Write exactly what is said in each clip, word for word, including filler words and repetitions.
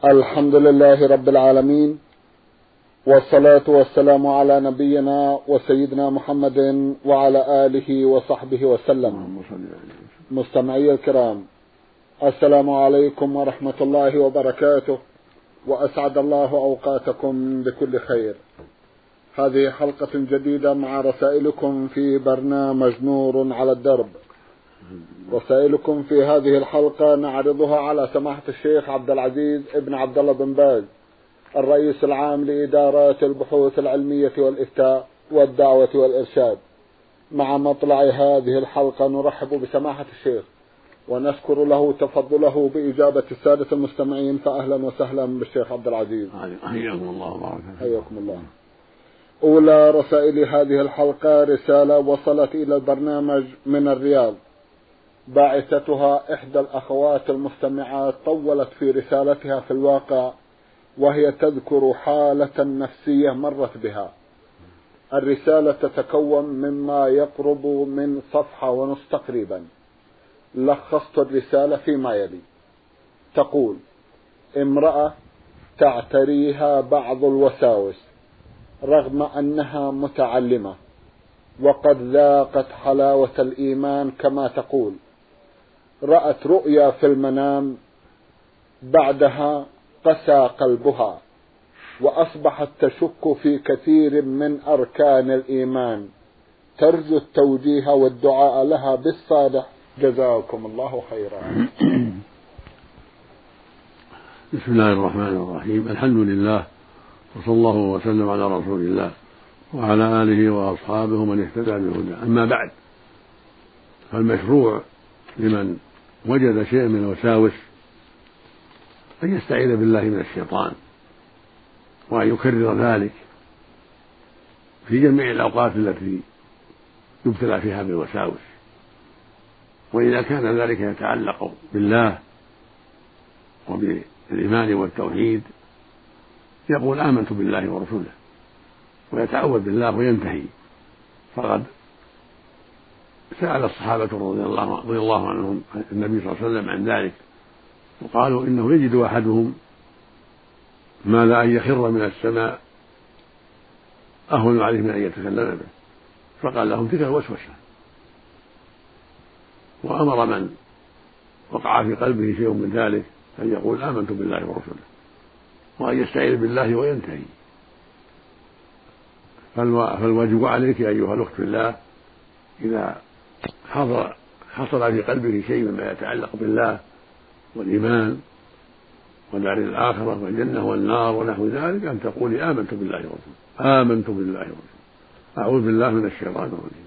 الحمد لله رب العالمين، والصلاة والسلام على نبينا وسيدنا محمد وعلى آله وصحبه وسلم. مستمعي الكرام، السلام عليكم ورحمة الله وبركاته، وأسعد الله أوقاتكم بكل خير. هذه حلقة جديدة مع رسائلكم في برنامج نور على الدرب. رسائلكم في هذه الحلقة نعرضها على سماحة الشيخ عبد العزيز ابن عبد الله بن باز، الرئيس العام لإدارات البحوث العلمية والإفتاء والدعوة والإرشاد. مع مطلع هذه الحلقة نرحب بسماحة الشيخ ونشكر له تفضله بإجابة السادة المستمعين، فأهلا وسهلا بالشيخ عبد العزيز. حياكم الله وبارك حياكم الله. أولى رسائل هذه الحلقة رسالة وصلت إلى البرنامج من الرياض، باعثتها إحدى الأخوات المستمعات طولت في رسالتها في الواقع، وهي تذكر حالة نفسية مرت بها. الرسالة تتكون مما يقرب من صفحة ونص تقريبا. لخصت الرسالة فيما يلي. تقول: امرأة تعتريها بعض الوساوس رغم أنها متعلمة وقد ذاقت حلاوة الإيمان كما تقول. رأت رؤيا في المنام، بعدها قسى قلبها وأصبحت تشك في كثير من أركان الإيمان. ترجو التوجيه والدعاء لها بالصالح، جزاكم الله خيرا. بسم الله الرحمن الرحيم. الحمد لله، وصلى الله وسلم على رسول الله وعلى آله وأصحابه من اهتدى بهداه. أما بعد، فالمشروع لمن وجد شيء من الوساوس أن يستعيذ بالله من الشيطان، وأن يكرر ذلك في جميع الأوقات التي يبتلى فيها بالوساوس. وإذا كان ذلك يتعلق بالله وبالإيمان والتوحيد يقول آمنت بالله ورسوله ويتعوذ بالله وينتهي. فقد سأل الصحابة رضي الله, رضي الله عنهم النبي صلى الله عليه وسلم عن ذلك، وقالوا إنه يجد أحدهم ما لا أن يخر من السماء أهون عليه من أن يتكلم به، فقال لهم تلك الوسوسة. وأمر من وقع في قلبه شيء من ذلك أن يقول آمنت بالله ورسوله، وأن يستعيذ بالله وينتهي. فالواجب عليك أيها الأخت في الله، إذا حضر حصل في قلبه شيء مما يتعلق بالله والإيمان والدار الآخرة والجنة والنار ونحو ذلك، أن تقولي آمنت بالله ورسوله، آمنت بالله ورسوله، أعوذ بالله من الشيطان الرجيم.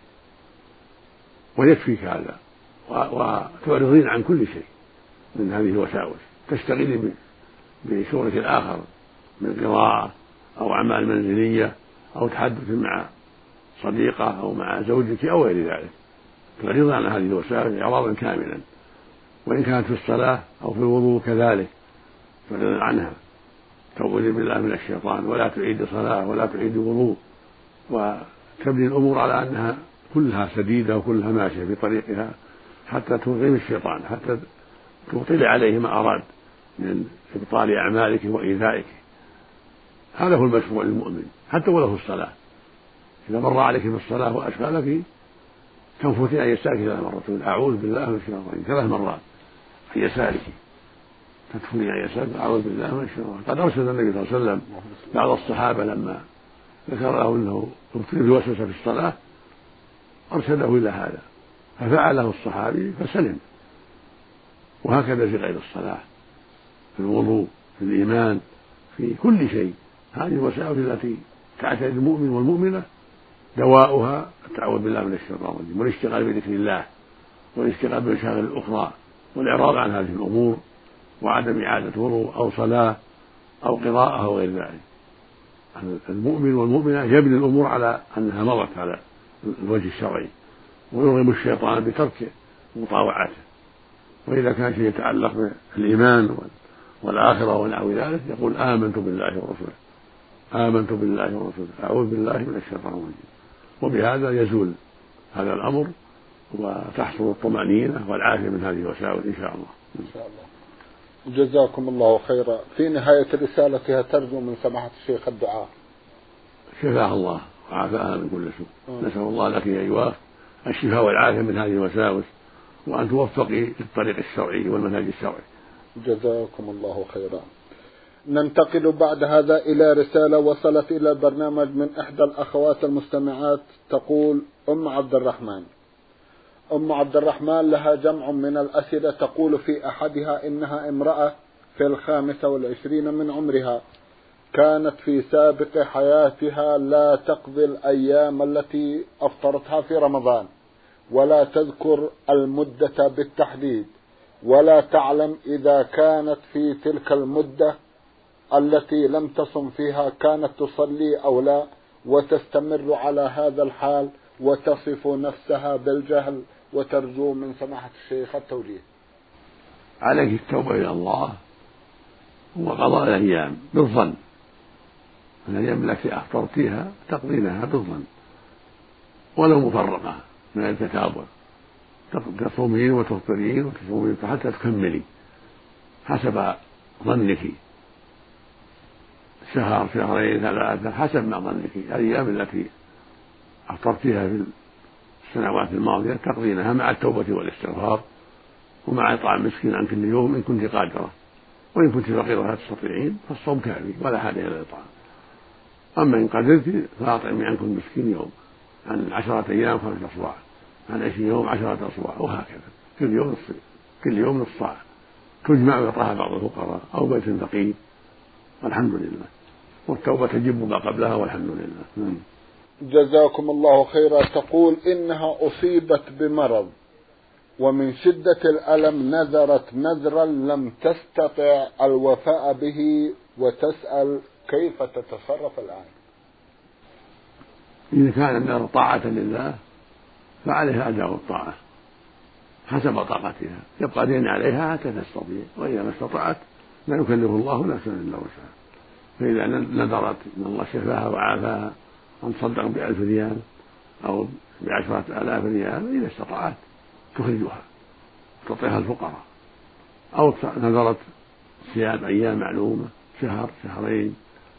ويكفيك هذا، وتعرضين عن كل شيء من هذه الوساوس، تشتغلي بشغلك الآخر من قراءة أو أعمال منزلية أو تحدث مع صديقة أو مع زوجك أو غير ذلك، تعرض عن هذه الوساوس إعراضا كاملا. وإن كانت في الصلاة أو في الوضوء كذلك تعرض عنها، تعوذي بالله من الشيطان، ولا تعيد صلاة ولا تعيد وضوء، وتبني الأمور على أنها كلها سديدة وكلها ماشية في طريقها حتى تغيم الشيطان، حتى تبطل عليه ما أراد من إبطال أعمالك وإيذائك. هذا هو المشروع للمؤمن حتى ولو في الصلاة. إذا مر عليك في الصلاة وأشغلك تنفثين عن يسارك ثلاث مرات، أعوذ بالله من الشيطان ثلاث مرات عن يسارك، تدخلين عن يسارك أعوذ بالله من الشيطان. قد أرشد النبي صلى الله عليه وسلم بعض الصحابة لما ذكر له أنه ابتلي بالوسوسة في الصلاة أرشده إلى هذا، ففعله الصحابي فسلم. وهكذا في غير الصلاة، في الوضوء، في الإيمان، في كل شيء. هذه الوساوس التي تعتري المؤمن والمؤمنة دواؤها التعوذ بالله من الشيطان الرجيم، والاشتغال بذكر الله، والاشتغال بالمشاغل الأخرى، والإعراض عن هذه الأمور، وعدم إعادة وضوء أو صلاة أو قراءة أو غير ذلك. المؤمن والمؤمنة يبني الأمور على أنها مضت على الوجه الشرعي، ويرغم الشيطان بترك مطاوعته. وإذا كان شيء يتعلق بالإيمان والآخرة ونحو ذلك يقول آمنت بالله ورسوله، آمنت بالله ورسوله، أعوذ بالله من الشيطان الرجيم. وبهذا يزول هذا الأمر وتحصل الطمأنينة والعافية من هذه الوساوس إن شاء الله. إن شاء الله. جزاكم الله خيرا. في نهاية رسالتها ترجو من سماحة الشيخ الدعاء. شفاه الله وعافاها من كل سوء. نسأل الله لك يا أيوة الشفاء والعافية من هذه الوساوس، وأن توفقي للطريق الشرعي والمنهج الشرعي. جزاكم الله خيرا. ننتقل بعد هذا إلى رسالة وصلت إلى البرنامج من إحدى الأخوات المستمعات، تقول أم عبد الرحمن. أم عبد الرحمن لها جمع من الأسئلة، تقول في أحدها إنها امرأة في الخامسة والعشرين من عمرها، كانت في سابق حياتها لا تقضي الأيام التي أفطرتها في رمضان، ولا تذكر المدة بالتحديد، ولا تعلم إذا كانت في تلك المدة التي لم تصم فيها كانت تصلي أو لا، وتستمر على هذا الحال وتصف نفسها بالجهل، وترجو من سماحة الشيخ التوجيه. عليك التوبة إلى الله وقضاء الأيام بالظن، الأيام التي أفطرتيها تقضينها بالظن ولو مفرقة من التتابع، تصومين وتفطرين وتصومين حتى تكملي حسب ظنك، شهر شهرين ثلاثة حسب ما ظنك. الأيام التي أفطرتيها في السنوات الماضية تقضينها مع التوبة والاستغفار، ومع إطعام مسكين عن كل يوم إن كنت قادرة، وإن كنت فقيرة لا تستطيعين فالصوم كافي ولا حاجة إلى الإطعام. أما إن قدرت فأطعمي عن كل مسكين يوم، عن عشرة أيام خمسة أصواع، عن عشرين يوم عشرة أصواع، وهكذا كل يوم نصف، كل يوم نصف صاع تجمع ويعطاها بعض الفقراء أو بيت فقير، والحمد لله، والتوبة تجب ما قبلها والحمد لله. جزاكم الله خيرا. تقول إنها أصيبت بمرض ومن شدة الألم نذرت نذرا لم تستطع الوفاء به، وتسأل كيف تتصرف الآن. إذا كان النذر طاعة لله فعليها أداء الطاعة حسب طاقتها، يبقى دين عليها حتى تستطيع، وإذا ما استطعت لا يكلف الله نفسا إلا وسعها. فإذا نذرت إن الله شفاها وعافاها أن تصدق بألف ريال أو بعشرة آلاف ريال، إذا استطاعت تخرجها تعطيها الفقراء، أو نذرت صيام أيام معلومة شهر شهرين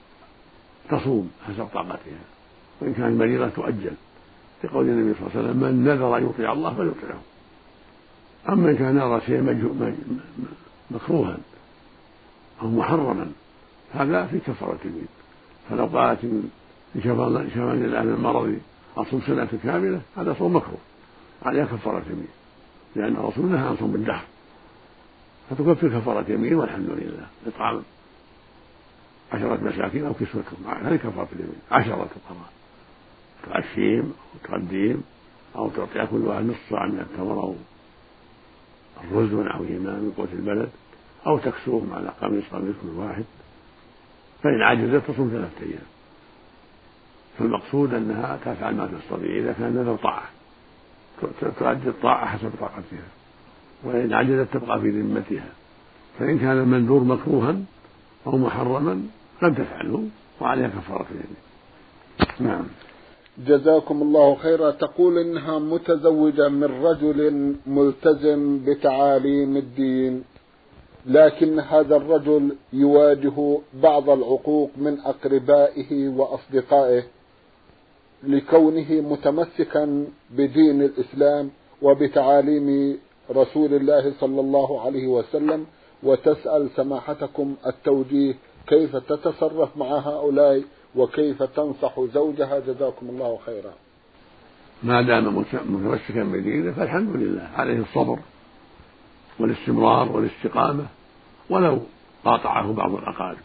تصوم حسب طاقتها، وإن كانت مريضة تؤجل، لقول النبي صلى الله عليه وسلم من نذر أن يطيع الله فليطيعه. أما إن كان نذر شيئا مكروها أو محرما هذا في كفارة اليمين، فلو قالت شفاني الله من مرضي أصوم سنة كاملة هذا صوم مكروه عليها كفارة اليمين، لأن الرسول نهى عن صوم الدهر، فتكفر كفارة يمين والحمد لله. إطعام عشرة مساكين أو كسوتهم هذه كفارة اليمين، عشرة فقراء تعشيم وتقديم، أو تعطي كل واحد نصف صاع من التمر أو الرز ونحوهما من قوت البلد، أو تكسوهم على قميص قميص كل واحد، فإن عجزت تصوم ثلاثة أيام. فالمقصود أنها تفعل ما تستطيع، إذا كان نذر طاعة تؤدي الطاعة حسب طاقتها، وإن عجزت تبقى في ذمتها. فإن كان المنذور مكروها أو محرما لم تفعله وعليها كفارة اليمين. نعم. جزاكم الله خيرا. تقول إنها متزوجة من رجل ملتزم بتعاليم الدين، لكن هذا الرجل يواجه بعض العقوق من أقربائه وأصدقائه لكونه متمسكا بدين الإسلام وبتعاليم رسول الله صلى الله عليه وسلم، وتسأل سماحتكم التوجيه كيف تتصرف مع هؤلاء وكيف تنصح زوجها، جزاكم الله خيرا. ما دام متمسكا بدينه فالحمد لله، عليه الصبر والاستمرار والاستقامة، ولو قاطعه بعض الأقارب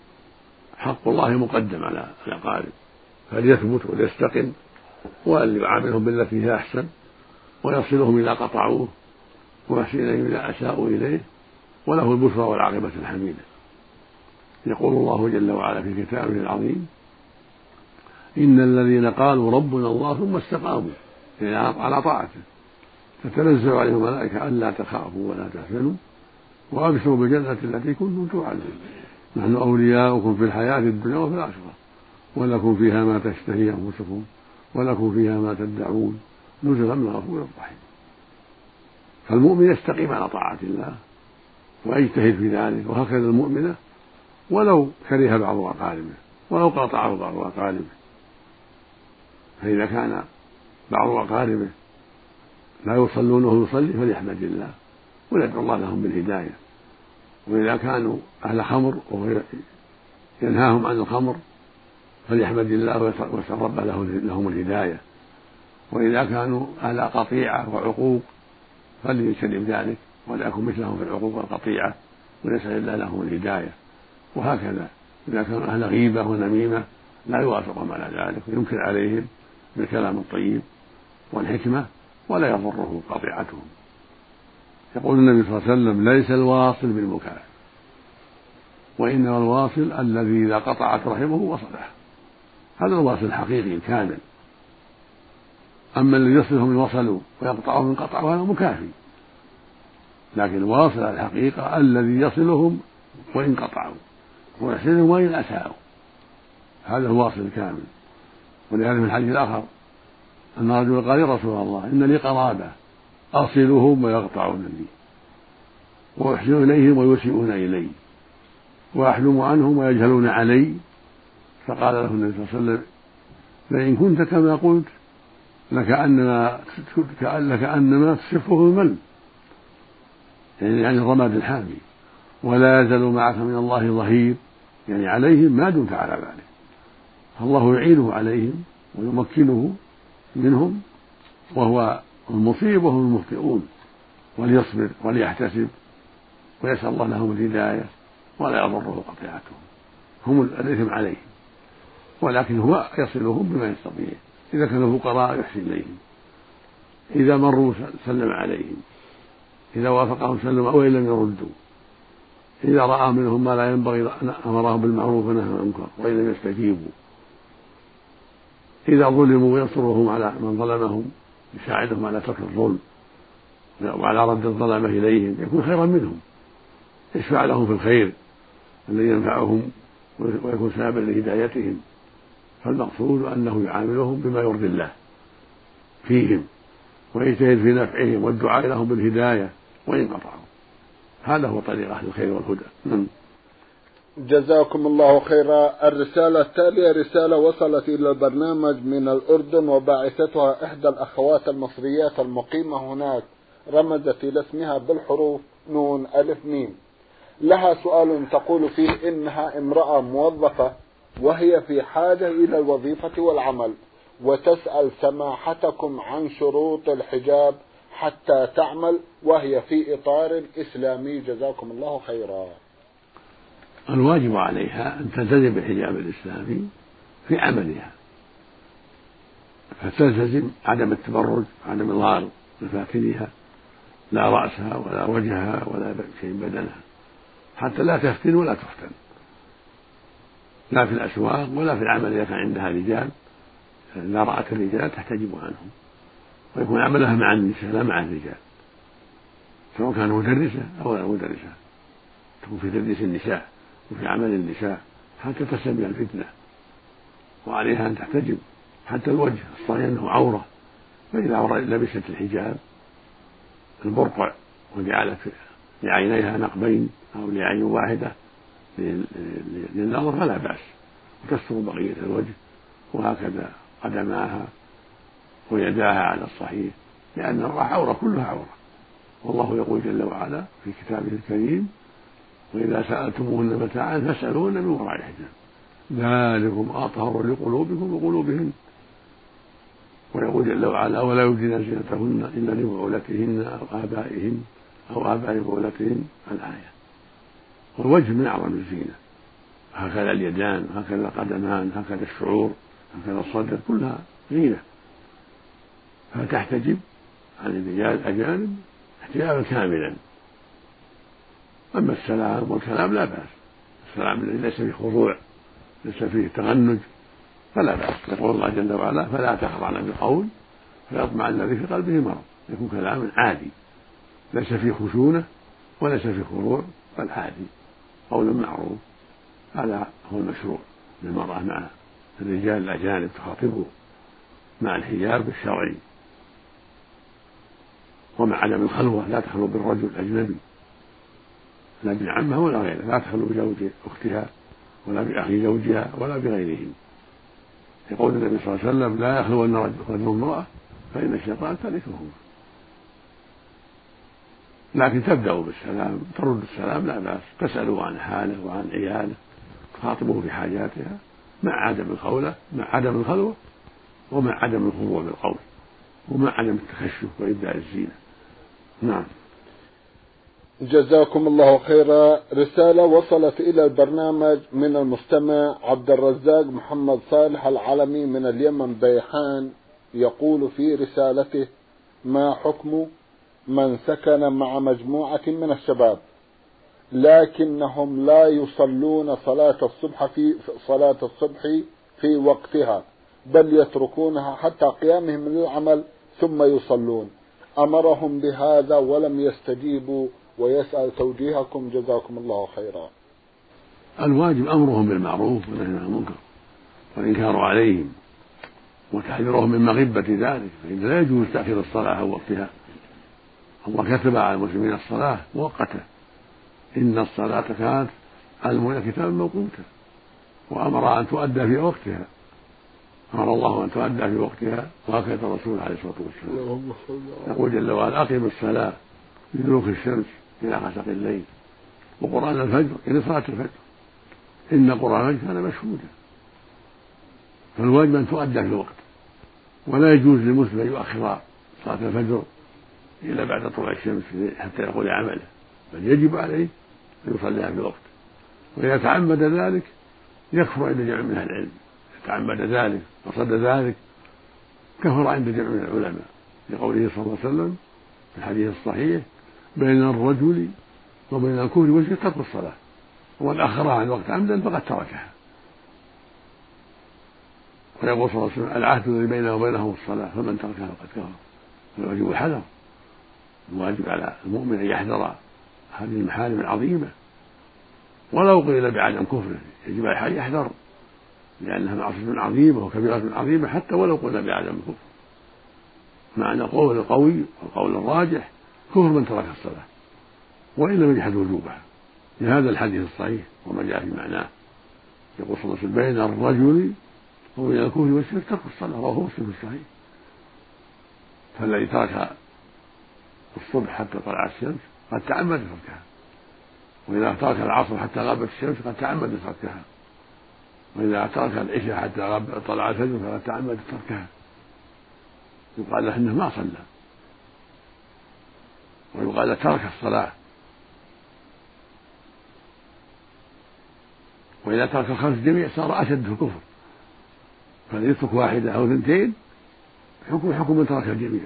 حق الله مقدم على الأقارب، فليثبت وليستقم، وأن يعاملهم بالتي هي أحسن، ويصلهم إذا قطعوه، ويحسن إليهم إذا أساءوا إليه، وله البشرى والعاقبة الحميدة. يقول الله جل وعلا في كتابه العظيم: إن الذين قالوا ربنا الله ثم استقاموا على طاعته تتنزل عليهم الملائكة ألا تخافوا ولا تحزنوا وأبشروا بالجنة التي كنتم توعدون نحن أولياؤكم في الحياة الدنيا وفي الآخرة ولكم فيها ما تشتهي أنفسكم ولكم فيها ما تدعون نزلا من غفور رحيم. فالمؤمن يستقيم على طاعة الله ويجتهد في ذلك، وهكذا المؤمنة ولو كره بعض أقاربه ولو قاطعه بعض أقاربه. فإذا كان بعض أقاربه لا يصلون وهو يصلي فليحمد الله ويدعو الله لهم بالهداية. وإذا كانوا أهل خمر وهو ينهاهم عن الخمر فليحمد الله ويسأل ربه لهم الهداية. وإذا كانوا أهل قطيعة وعقوق فليجتنب ذلك ولا يكن مثلهم في العقوق والقطيعة ويسأل الله لهم الهداية. وهكذا إذا كانوا أهل غيبة ونميمة لا يوافقهم على ذلك وينكر عليهم بالكلام الطيب والحكمة ولا يضره قطيعتهم. يقول النبي صلى الله عليه وسلم: ليس الواصل بالمكافئ، وإنما الواصل الذي إذا قطعت رحمه وصله. هذا الواصل الحقيقي الكامل. أما الذي يصلهم إن وصلوا ويقطعهم إن قطعوا هذا مكافي. لكن الواصل الحقيقة الذي يصلهم وإن قطعوا ويحسنهم وإن أساءوا، هذا هو الواصل الكامل. ولهذا في الحديث الآخر أن رجل قال: يا رسول الله إن لي قرابة أصلهم ويقطعون لي وأحسن إليهم ويسيئون إلي وأحلم عنهم ويجهلون علي. فقال له النبي صلى الله عليه وسلم: فإن كنت كما قلت لكأنما لكأنما تصفه المل، يعني يعني الرماد الحامي، ولا يزال معك من الله ظهير، يعني عليهم ما دمت على ذلك. فالله يعينه عليهم ويمكنه منهم وهو المصيب وهم المخطئون، وليصبر وليحتسب ويسأل الله لهم الهداية ولا يضره قطيعتهم. هم الإثم عليهم ولكن هو يصلهم بما يستطيع. إذا كانوا فقراء يحسن إليهم، إذا مروا سلم عليهم، إذا وافقهم سلم وإن لم يردوا، إذا رأى منهم ما لا ينبغي أمرهم بالمعروف ونهى عن المنكر وإن لم يستجيبوا، إذا ظلموا ينصرهم على من ظلمهم، يساعدهم على ترك الظلم وعلى رد الظلمة إليهم، يكون خيرا منهم، يشفع لهم في الخير الذي ينفعهم ويكون سببا لهدايتهم. فالمقصود أنه يعاملهم بما يرضي الله فيهم ويجتهد في نفعهم والدعاء لهم بالهداية وإن قطعوا. هذا هو طريق أهل الخير والهدى. جزاكم الله خيرا. الرسالة التالية رسالة وصلت إلى البرنامج من الأردن وباعثتها إحدى الأخوات المصريات المقيمة هناك، رمزت إلى اسمها بالحروف نون ألف ميم. لها سؤال تقول فيه إنها امرأة موظفة وهي في حاجة إلى الوظيفة والعمل، وتسأل سماحتكم عن شروط الحجاب حتى تعمل وهي في إطار إسلامي. جزاكم الله خيرا. الواجب عليها أن تلتزم بالحجاب الإسلامي في عملها، فتلتزم عدم التبرج، عدم إظهار مفاتنها لا رأسها ولا وجهها ولا شيء بدنها، حتى لا تفتن ولا تفتن، لا في الأسواق ولا في العمل إذا كان عندها رجال، إذا رأت الرجال تحتجب عنهم، ويكون عملها مع النساء لا مع الرجال، سواء كان مدرسة أو لا مدرسة، تكون في تدريس النساء وفي عمل النساء حتى تسلم الفتنة. وعليها أن تحتجب حتى الوجه، الصحيح أنه عورة، فإذا لبست الحجاب البرقع وجعلت لعينيها نقبين أو لعين واحدة للنظر فلا بأس، وتستر بقية الوجه، وهكذا قدماها ويداها على الصحيح، لأن العورة كلها عورة. والله يقول جل وعلا في كتابه الكريم: وإذا سألتموهن متاعا فاسألوهن من وراء حجاب ذلكم أطهر لقلوبكم وقلوبهن. ويقول جل وعلا: ولا يبدين زينتهن إلا لبعولتهن أو آبائهن أو آباء بعولتهن. الآية. والوجه من أعظم الزينة، هكذا اليدان، هكذا القدمان، هكذا الشعور، هكذا الصدر، كلها زينة. فتحتجب عن الرجال الأجانب احتجابا كاملا. أما السلام والكلام لا بأس، السلام الذي ليس فيه خضوع ليس فيه تغنج فلا بأس. يقول الله جل وعلا: فلا تخضعن بالقول فيطمع الذي في قلبه مرض. يكون كلام عادي ليس فيه خشونة وليس فيه خضوع، بل عادي، قول معروف. هذا هو المشروع للمرأة مع الرجال الأجانب، تخاطبه مع الحجاب الشرعي ومع عدم الخلوة، لا تخلو بالرجل الأجنبي لا ابن عمها ولا غيره، لا تخلو بزوج أختها ولا بأخي زوجها ولا بغيرهم. يقول النبي صلى الله عليه وسلم لا يخلون رجل امرأة فإن الشيطان ثالثهما. لكن تبدأ بالسلام، ترد السلام لا بأس، تسأله عن حاله وعن عياله، تخاطبه في حاجاتها مع عدم الخولة، مع عدم الخلوة، ومع عدم الخضوع بالقول، ومع عدم التخشف وإبداء الزينة. نعم. جزاكم الله خيرا. رسالة وصلت إلى البرنامج من المستمع عبد الرزاق محمد صالح العلمي من اليمن بيحان، يقول في رسالته: ما حكم من سكن مع مجموعة من الشباب لكنهم لا يصلون صلاة الصبح في صلاة الصبح في وقتها، بل يتركونها حتى قيامهم من العمل ثم يصلون؟ أمرهم بهذا ولم يستجيبوا ويسأل توجيهكم جزاكم الله خيرا. الواجب أمرهم بالمعروف ونهي عن المنكر والإنكار عليهم وتحذيرهم من مغبة ذلك، فإن لا يجوز تأخير الصلاة عن وقتها. الله كتب على المسلمين الصلاة مؤقتة، إن الصلاة كانت على المؤمنين كتابا موقوتا، وأمر أن تؤدى في وقتها، أمر الله أن تؤدى في وقتها، وهكذا الرسول عليه الصلاة والسلام يقول جل وعلا: أقم الصلاة لدلوك الشمس إلى غسق الليل وقرآن الفجر إلى صلاة الفجر إن قرآن الفجر كان مشهودا. فالواجب أن تؤدى في الوقت، ولا يجوز للمسلم أن يؤخر صلاة الفجر إلى بعد طلوع الشمس حتى يقول عمله، بل يجب عليه أن يصليها في الوقت. وإذا تعمد ذلك يكفر عند جمع من أهل العلم، تعمد ذلك وصد ذلك كفر عند جمع من العلماء، لقوله صلى الله عليه وسلم في الحديث الصحيح: بين الرجل وبين الكفر والشرك ترك الصلاة، ومن أخرها عن وقت عمدا فقد تركها. ويقول صلى الله عليه وسلم: العهد الذي بينه وبينهم الصلاة فمن تركها فقد كفر. فالواجب الحذر، الواجب على المؤمن أن يحذر هذه المحارم العظيمة، ولو قيل بعدم كفره يجب عليه يحذر، لأنها معصية عظيمة وكبيرة عظيمة حتى ولو قلنا بعدم الكفر. معنى القول القوي والقول الراجح كفر من ترك الصلاة وإن لم يجحد وجوبها، لهذا الحديث الصحيح وما جاء في معناه. يقول صلى الله عليه وسلم: بين الرجل وبين الكفر والشرك ترك الصلاة، رواه مسلم في الصحيح. فالذي ترك الصبح حتى طلعت الشمس قد تعمد تركها، وإذا ترك العصر حتى غابت الشمس قد تعمد تركها، وإذا ترك العشاء حتى طلع الفجر فقد تعمد تركها، يقال له إنه ما صلى، ويقال له ترك الصلاة. وإذا ترك الخمس جميع صار أشد في الكفر، فليترك واحدة أو اثنتين حكم حكم من ترك الجميع.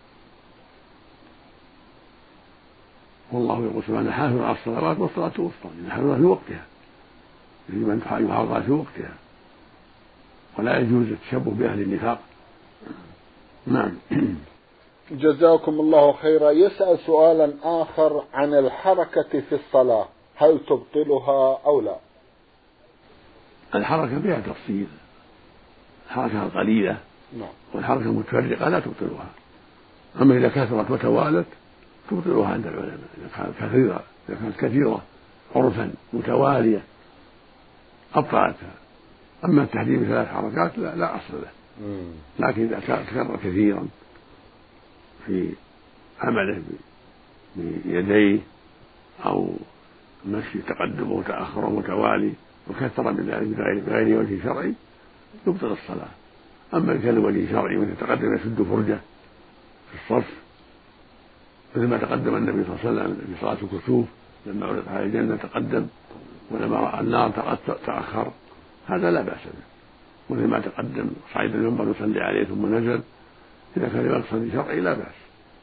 والله يقول سبحانه: حافظوا على الصلوات والصلاة الوسطى، إن حافظوها في وقتها، يجب أن يحافظها في وقتها، ولا يجوز التشبه بأهل النفاق. نعم. جزاكم الله خيرا. يسأل سؤالا آخر عن الحركة في الصلاة، هل تبطلها أو لا؟ الحركة فيها تفصيل، الحركة القليلة والحركة المتفرقة لا تبطلها، أما إذا كثرت وتوالت تبطلها عند العلماء، إذا كانت كثيرة إذا كانت كثيرة عرفا متوالية أبطلتها. أما التحديد بثلاث حركات لا, لا أصل له، لكن إذا تكرر كثيرا في عمله بيديه أو مشي تقدمه وتأخره متوالي وكثر من ذلك بغير وجه شرعي يبطل الصلاة. أما إن كان وجه شرعي ويتقدم يسد فرجة في الصف مثل ما تقدم النبي صلى الله عليه وسلم في صلاة الكسوف لما عرض على الجنة تقدم، ولما رأى النار تأخر، هذا لا بأس به. مثل ما تقدم صعيد المنبر يصلي عليه ثم نزل، إذا كان مقصد شرعي لا بأس.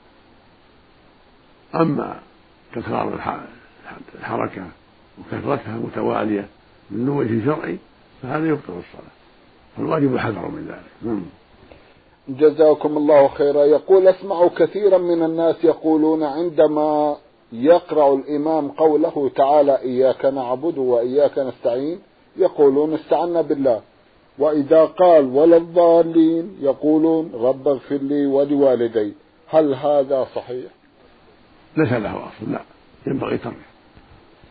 أما تكرار الحركة وكثرتها متوالية من وجه شرعي فهذا يبطل الصلاة، فالواجب الحذر من ذلك. جزاكم الله خيرا. يقول: أسمع كثيرا من الناس يقولون عندما يقرأ الإمام قوله تعالى: إياك نعبد وإياك نستعين، يقولون استعنا بالله، وإذا قال ولا الضالين يقولون رب اغفر لي ولوالدي، هل هذا صحيح؟ ليس له أصل، لا، ينبغي تركه،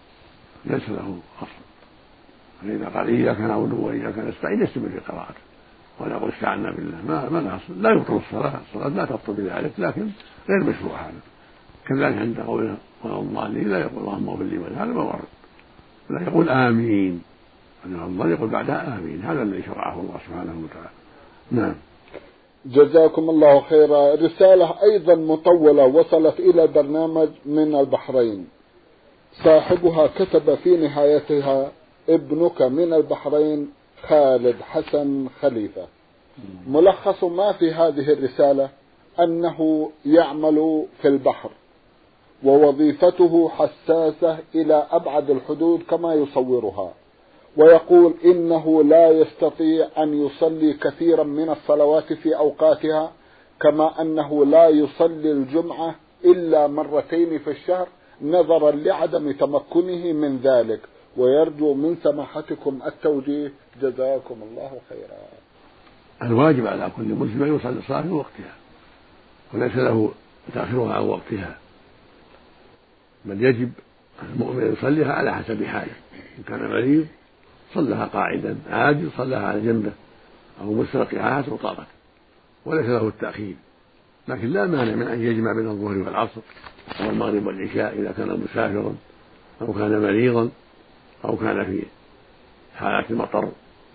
ليس له أصل. فإذا قال إياك نعبد وإياك نستعين يستمر في قراءته ولا يقول استعنا بالله، ما ما له أصل. لا يبطل الصلاة، الصلاة لا تبطل بذلك، لكن غير مشروع هذا. كذلك عند قوله ولا الضالين لا يقول اللهم اغفر لي ولي، هذا ما ورد. لا يقول آمين، الله يقول بعدها آمين، هذا الذي شرعه الله سبحانه وتعالى. نعم. جزاكم الله خيرا. رسالة أيضا مطولة وصلت إلى برنامج من البحرين، صاحبها كتب في نهايتها: ابنك من البحرين خالد حسن خليفة. ملخص ما في هذه الرسالة أنه يعمل في البحر ووظيفته حساسة إلى أبعد الحدود كما يصورها، ويقول إنه لا يستطيع أن يصلي كثيرا من الصلوات في أوقاتها، كما أنه لا يصلي الجمعة إلا مرتين في الشهر نظرا لعدم تمكنه من ذلك، ويرجو من سماحتكم التوجيه. جزاكم الله خيرا. الواجب على كل مسلم أن يصلي الصلاة في وقتها، وليس له تأخيرها عن وقتها، بل يجب المؤمن يصليها على حسب حاله. إن كان مريض صلىها قاعدا، عاجز صلىها على جنبه أو مستلقي على حسب طاقته، وليس له التأخير. لكن لا مانع من أن يجمع بين الظهر والعصر أو المغرب والعشاء إذا كان مسافرا أو كان مريضا أو كان في حالات المطر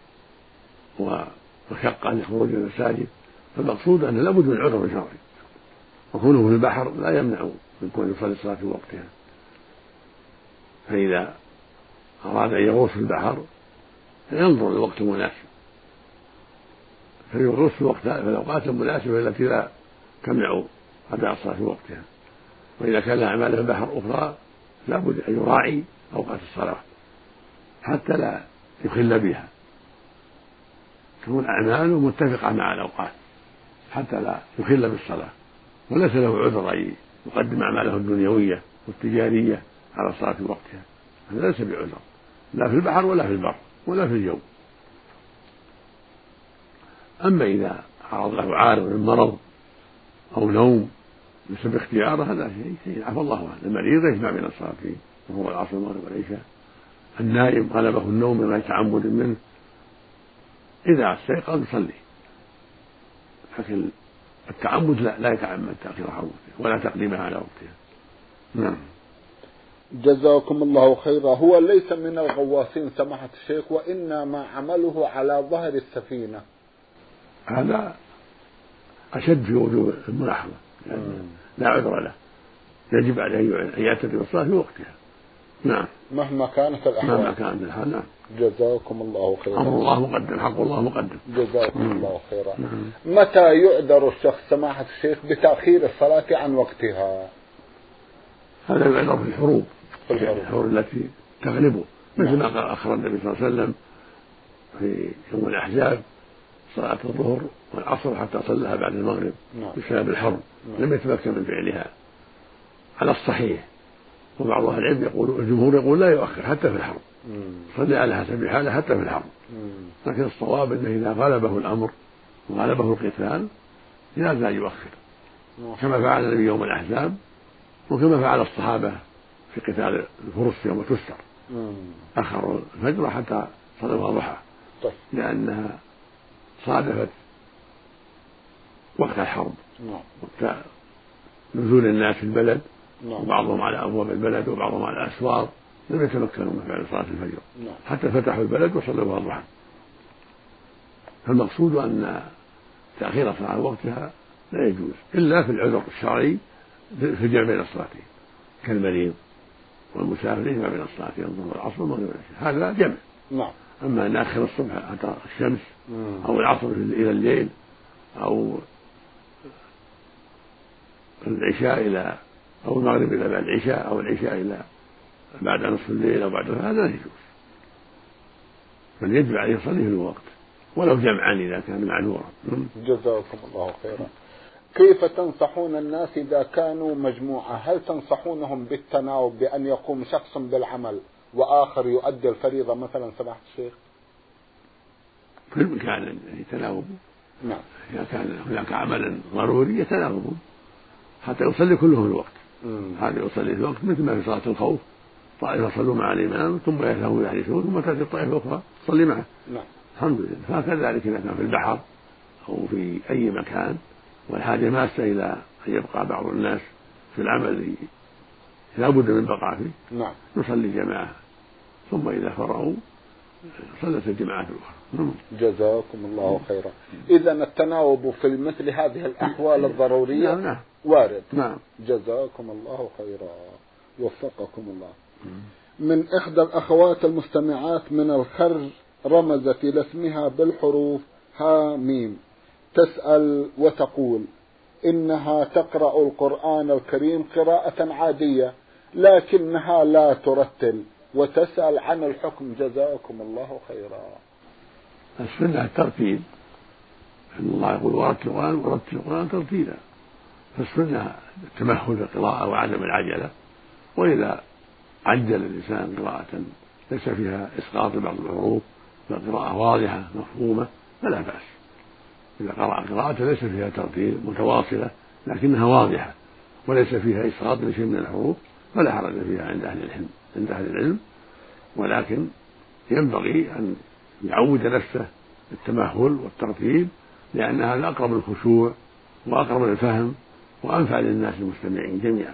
ومشقة لخروج المساجد. فالمقصود أنه لابد من عذر شرعي، وكونه في البحر لا يمنع من كون يصلي الصلاة في وقتها. فإذا أراد أن يغوص في البحر فينظر الوقت المناسب فيغوص في وقت في الأوقات المناسبة التي لا تمنع أداء الصلاة في وقتها. وإذا كان له أعمال في البحر أخرى لابد أن يراعي أوقات الصلاة حتى لا يخل بها، تكون أعماله متفقة مع الأوقات حتى لا يخل بالصلاة، وليس له عذر أن يقدم أعماله الدنيوية والتجارية على الصلاة في وقتها، هذا ليس بعذر لا في البحر ولا في البر ولا في الجو. أما إذا عرض له عارض من مرض أو نوم بسبب اختياره هذا شيء عفى الله عنه. المريض يجمع بين الصلاتين وهو العصر والمغرب والعشاء. النائم غلبه النوم بما تعمد منه إذا استيقظ يصلي، لكن التعمد لا, لا يتعمد تأخيرها عن وقتها ولا تقديمها على وقتها. نعم. جزاكم الله خيرا. هو ليس من الغواصين سماحة الشيخ، وإنما عمله على ظهر السفينة. هذا أشد في وجوب الملاحظة، يعني لا عذر له، يجب عليه أن يعتبر الصلاة في وقتها. نعم. مهما كانت الأحوال. مهما كانت الحال. نعم. جزاكم الله خيرا. أمر الله مقدم، حق الله مقدم. جزاكم مم. الله خيرا. نعم. متى يعذر الشخص سماحة الشيخ بتأخير الصلاة عن وقتها؟ هذا يعذر في الحروب، في الحروب, الحروب التي تغلبه، مثل ما قال أخر النبي صلى الله عليه وسلم في يوم الأحزاب صلاة الظهر والعصر حتى صلىها بعد المغرب بسبب الحرب، لم يتمكن من فعلها على الصحيح. وبعض أهل العلم يقول الجمهور يقول لا يؤخر حتى في الحرب، صلي على حسب حاله حتى في الحرب. لكن الصواب أنه إذا غلبه الأمر وغلبه القتال لا زال يؤخر، كما فعل النبي يوم الأحزاب وكما فعل الصحابة في قتال الفرس يوم تستر، أخروا الفجر حتى صلوا الضحى لأنها صادفت وقت الحرب، وقت نزول الناس في البلد، وبعضهم على أبواب البلد وبعضهم على الأسوار، لم يتمكنوا من فعل صلاة الفجر حتى فتحوا البلد وصلوا الضحى. فالمقصود أن تأخير الصلاة عن وقتها لا يجوز إلا في العذر الشرعي في الجمع بين الصلاتين، كالمريض والمسافر يجمع بين الصلاتين الظهر والعصر والمغرب والعشاء، هذا جمع. نعم. أما أن نأخر الصبح حتى الشمس أو العصر إلى الليل أو العشاء إلى أو المغرب إلى بعد العشاء أو العشاء إلى بعد نصف الليل أو بعد هذا لا يجوز، بل يجب عليه يصلي في الوقت ولو جمعا إذا كان معذورا. جزاكم الله خيرا. كيف تنصحون الناس إذا كانوا مجموعة؟ هل تنصحونهم بالتناوب بأن يقوم شخص بالعمل وآخر يؤدي الفريضة مثلا سماحة الشيخ؟ في المكان يتناوبوا. نعم. إذا كان هناك عمل ضروري يتناوبون حتى يصلي كلهم في الوقت. هذا يصلي في الوقت مثل ما في صلاة الخوف طائفة صلوا مع الإمام ثم يذهبوا يحدثون ثم تأتي الطائفة الأخرى تصلي معه. نعم. الحمد لله. فكذلك إذا كان في البحر أو في أي مكان والحاجة ماسة إلى أن يبقى بعض الناس في العمل لا بد من البقاء فيه، نعم، نصلي جماعة ثم إذا فرغوا صلت الجماعة الأخرى. جزاكم الله خيرا. إذا التناوب في مثل هذه الأحوال الضرورية نعم. وارد. نعم. جزاكم الله خيرا، وفقكم الله. من إحدى الأخوات المستمعات من الخرج رمزت إلى اسمها بالحروف ها ميم، تسأل وتقول إنها تقرأ القرآن الكريم قراءة عادية لكنها لا ترتل، وتسأل عن الحكم. جزاكم الله خيرا. السنة الترتيل، إن الله يقول ورتل القرآن ورتل القرآن ترتيلا، فالسنة التمهل في القراءة وعدم العجلة، وإذا عجل الإنسان قراءة ليس فيها إسقاط لبعض الحروف بل قراءة واضحة مفهومة فلا بأس. إذا قرأ قراءة ليس فيها ترتيل متواصلة لكنها واضحة وليس فيها إسقاط لشيء من الحروف فلا حرج فيها عند أهل العلم عند أهل العلم ولكن ينبغي أن يعود نفسه التمهل والترتيل، لأن هذا أقرب للخشوع وأقرب للفهم وأنفع للناس المستمعين جميعا.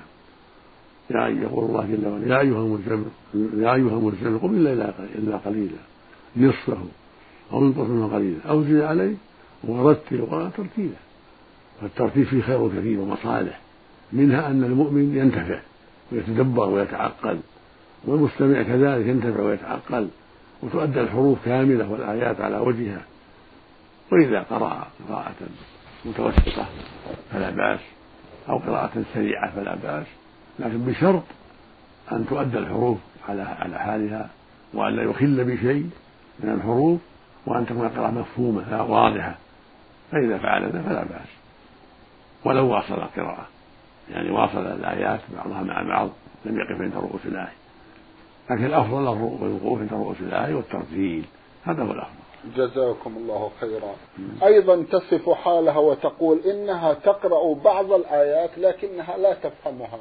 يقول الله جل وعلا: يا أيها المزمل يا أيها المزمل قم إلا قليلا نصفه أو انقص منه قليلا أو زد عليه ورتل القرآن ترتيلا. فالترتيل فيه خير كثير ومصالح، منها أن المؤمن ينتفع ويتدبر ويتعقل، والمستمع كذلك ينتفع ويتعقل، وتؤدى الحروف كاملة والآيات على وجهها. وإذا قرأ قراءة متوسطة فلا بأس، أو قراءة سريعة فلا بأس، لكن بشرط أن تؤدى الحروف على على حالها وأن لا يخل بشيء من الحروف، وأن تكون القراءة مفهومة واضحة. فإذا فعل ذلك فلا بأس، ولو واصل القراءة، يعني واصل الآيات بعضها مع بعض لم يقف عند رؤوس الآية، لكن الأفضل الوقوف عند رؤوس الآية والترتيل، هذا هو الأفضل. جزاكم الله خيرا. أيضا تصف حالها وتقول إنها تقرأ بعض الآيات لكنها لا تفهمها.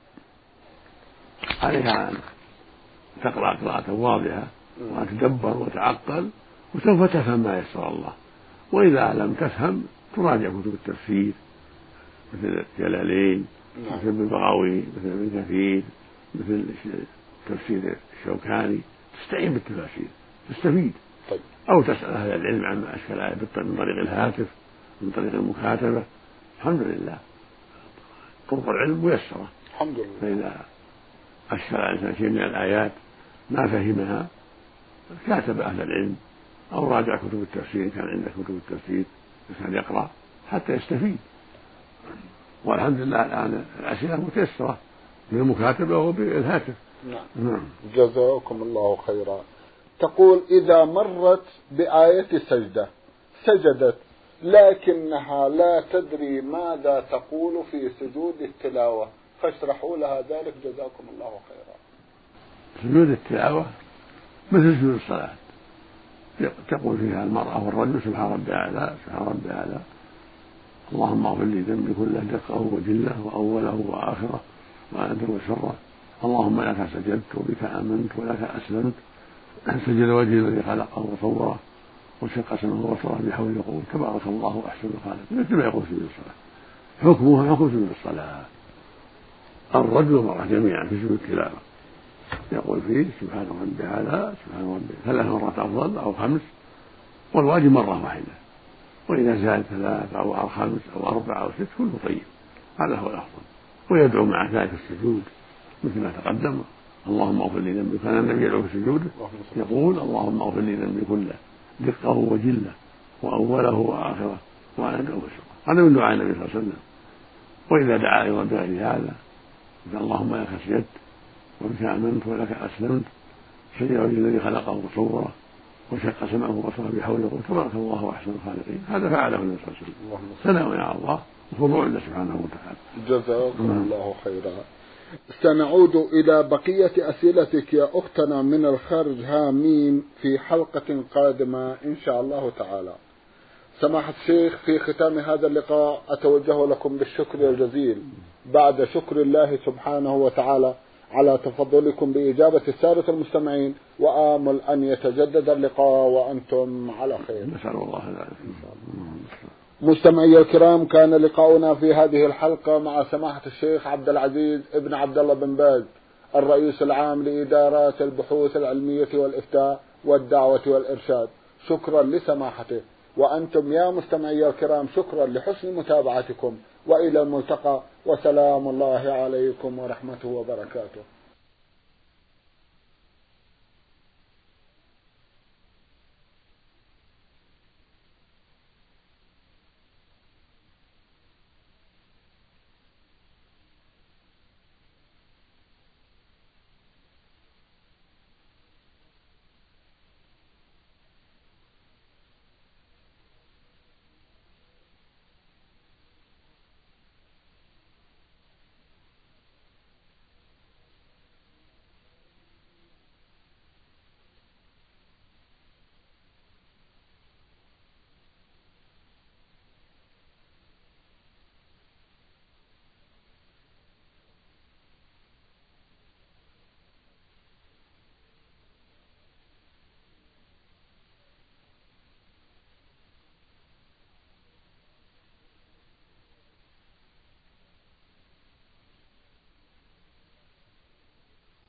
عليها أن تقرأ قراءة واضحة وأن تدبر وتعقل، وسوف تفهم ما يسر الله. وإذا لم تفهم تراجع كتب التفسير مثل الجلالين، مثل ابن البغوي، مثل ابن كثير، مثل تفسير الشوكاني، تستعين بالتفاسير تستفيد. طيب. أو تسأل أهل العلم عما أشكل آية من طريق الهاتف، من طريق المكاتبة. الحمد لله طرق العلم ميسرة. الحمد لله. فإذا أشكل على شيء من الآيات ما فهمها كاتب أهل العلم أو راجع كتب التفسير، كان عنده كتب التفسير كان يقرأ حتى يستفيد. والحمد لله الآن الأسئلة متيسرة بالمكاتبة وبالهاتف. نعم. نعم. جزاكم الله خيرا. تقول إذا مرت بآية سجدة سجدت لكنها لا تدري ماذا تقول في سجود التلاوة، فاشرحوا لها ذلك جزاكم الله خيرا. سجود التلاوة مثل سجود الصلاة، تقول فيها المرأة والرجل سبحان ربي أعلى سبحان ربي أعلى، اللهم اغفر لي ذنبي كله دقه وجله وأوله وآخره وأنت وسره، اللهم لك سجدت وبك آمنت ولك أسلمت، سجد وجهي الذي خلقه وصوره وشق سمعه وبصره بحول يقول تبارك الله أحسن الخالقين، مثل ما يقول سجود الصلاة. حكمه حكم سجود الصلاة. الرجل والمرأة جميعا في سجود التلاوة يقول فيه سبحان ربي أعلى سبحان ربي ثلاث مرات أفضل أو خمس، والواجب مرة واحدة، وإذا زاد ثلاث أو خمس أو أربع أو ست كله طيب، هذا هو الأفضل. ويدعو مع ذلك السجود مثل ما تقدم، اللهم اغفر لي ذنبي. كان النبي يدعو في سجوده يقول اللهم اغفر لي ذنبي كله دقه وجله وأوله وآخره وأنا أدعو بسره. هذا من دعاء النبي صلى الله عليه وسلم. وإذا دعا أيضا بغير هذا اللهم لك سجدت وبك آمنت ولك أسلمت، سجد وجه الذي خلقه وصوره وشق سمعه وبصره بحوله تبارك الله أحسن الخالقين، هذا فعله النبي صلى الله عليه وسلم. ثناء على الله وخضوع له سبحانه وتعالى. جزاكم الله خيرا. سنعود إلى بقية أسئلتك يا أختنا من الخارج هامين في حلقة قادمة إن شاء الله تعالى. سماحة الشيخ، في ختام هذا اللقاء أتوجه لكم بالشكر الجزيل بعد شكر الله سبحانه وتعالى على تفضلكم بإجابة السادة المستمعين، وآمل أن يتجدد اللقاء وأنتم على خير. نسأل الله ذلك. مستمعي الكرام، كان لقاؤنا في هذه الحلقة مع سماحة الشيخ عبد العزيز ابن عبد الله بن باز، الرئيس العام لإدارات البحوث العلمية والإفتاء والدعوة والإرشاد. شكرا لسماحته، وأنتم يا مستمعي الكرام شكرا لحسن متابعتكم، وإلى الملتقى، وسلام الله عليكم ورحمته وبركاته.